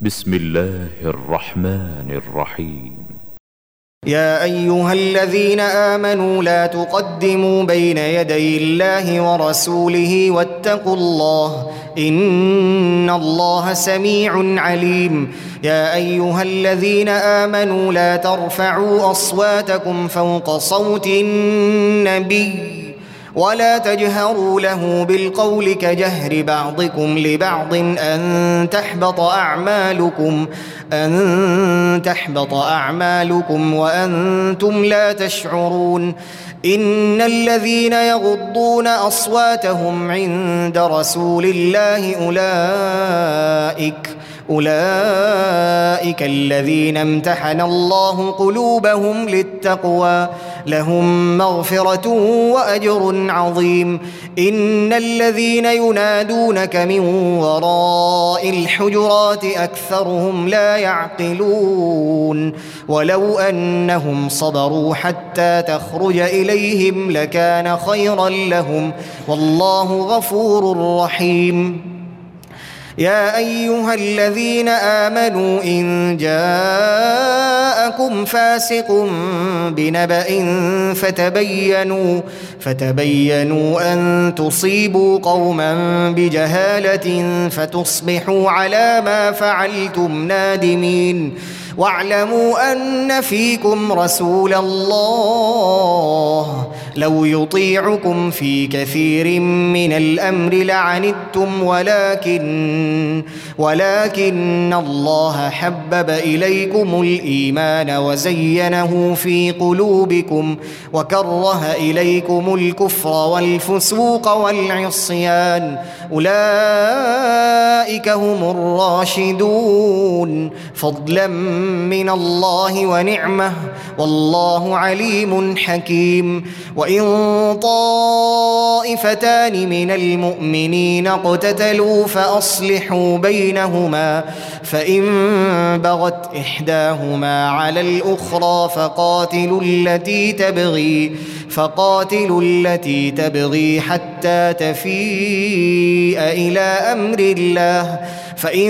بسم الله الرحمن الرحيم. يا أيها الذين آمنوا لا تقدموا بين يدي الله ورسوله واتقوا الله إن الله سميع عليم. يا أيها الذين آمنوا لا ترفعوا أصواتكم فوق صوت النبي ولا تجهروا له بالقول كجهر بعضكم لبعض أن تحبط أعمالكم وأنتم لا تشعرون. إن الذين يغضون أصواتهم عند رسول الله أولئك الذين امتحن الله قلوبهم للتقوى لهم مغفرة وأجر عظيم. إن الذين ينادونك من وراء الحجرات أكثرهم لا يعقلون ولو أنهم صبروا حتى تخرج إليهم لكان خيرا لهم والله غفور رحيم. يا أيها الذين آمنوا إن جاءكم فاسق بنبأ فتبينوا أن تصيبوا قوما بجهالة فتصبحوا على ما فعلتم نادمين. واعلموا أن فيكم رسول الله لو يطيعكم في كثير من الأمر لعنتم ولكن الله حبب إليكم الإيمان وزينه في قلوبكم وكره إليكم الكفر والفسوق والعصيان أولئك هم الراشدون فضلا من الله ونعمه والله عليم حكيم. وإن طائفتان من المؤمنين اقتتلوا فأصلحوا بينهما فإن بغت إحداهما على الأخرى فقاتلوا التي تبغي حتى تفيء إلى أمر الله فإن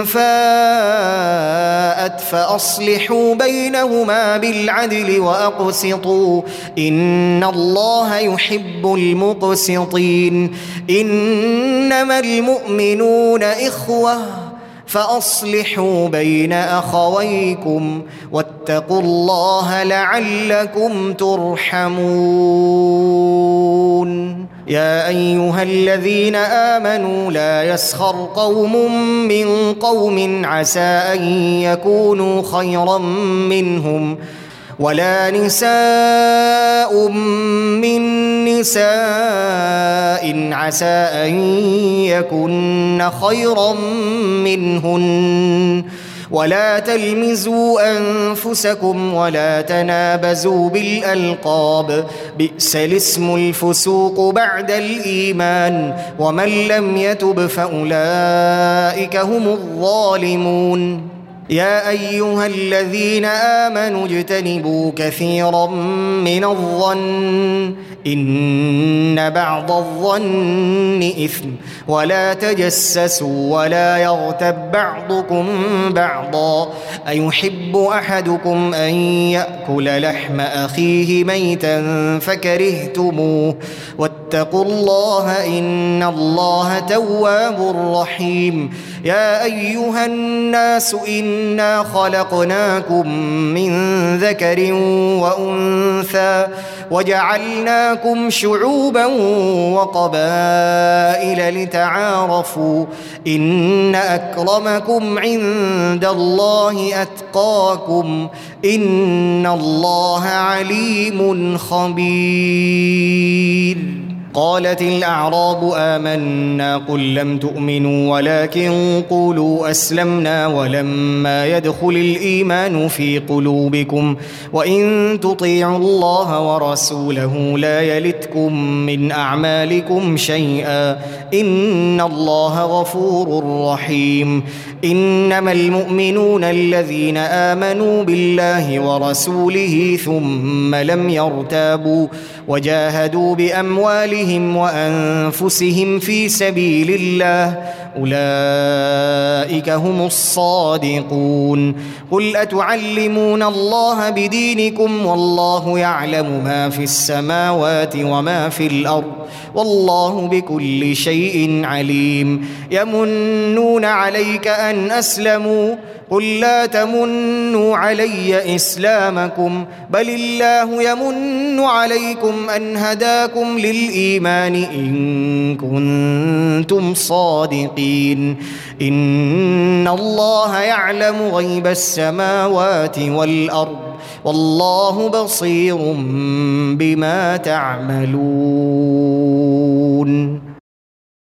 فاءت فأصلحوا بينهما بالعدل وأقسطوا إن الله يحب المقسطين. إنما المؤمنون إخوة فأصلحوا بين أخويكم واتقوا الله لعلكم ترحمون. يا أيها الذين آمنوا لا يسخر قوم من قوم عسى أن يكونوا خيرا منهم ولا نساء من نساء عسى أن يكن خيرا منهن ولا تلمزوا أنفسكم ولا تنابزوا بالألقاب بئس الاسم الفسوق بعد الإيمان ومن لم يتب فأولئك هم الظالمون. يا أيها الذين آمنوا اجتنبوا كثيرا من الظن إن بعض الظن إثم ولا تجسسوا ولا يغتب بعضكم بعضا أيحب أحدكم أن يأكل لحم أخيه ميتا فكرهتموه واتقوا الله إن الله تواب رحيم. يا أيها الناس إنا خلقناكم من ذكر وأنثى وجعلناكم شعوبا وقبائل لتعارفوا إن أكرمكم عند الله أتقاكم إن الله عليم خبير. قالت الأعراب آمنا قل لم تؤمنوا ولكن قولوا أسلمنا ولما يدخل الإيمان في قلوبكم وإن تطيعوا الله ورسوله لا يلتكم من أعمالكم شيئا إن الله غفور رحيم. إنما المؤمنون الذين آمنوا بالله ورسوله ثم لم يرتابوا وجاهدوا بأموالهم بأموالهم وأنفسهم في سبيل الله أولئك هم الصادقون. قل أتعلمون الله بدينكم والله يعلم ما في السماوات وما في الأرض والله بكل شيء عليم. يمنون عليك أن أسلموا قل لا تمنوا علي إسلامكم بل الله يمن عليكم أن هداكم للإيمان إن كنتم صادقين. إن الله يعلم غيب السماوات والأرض والله بصير بما تعملون.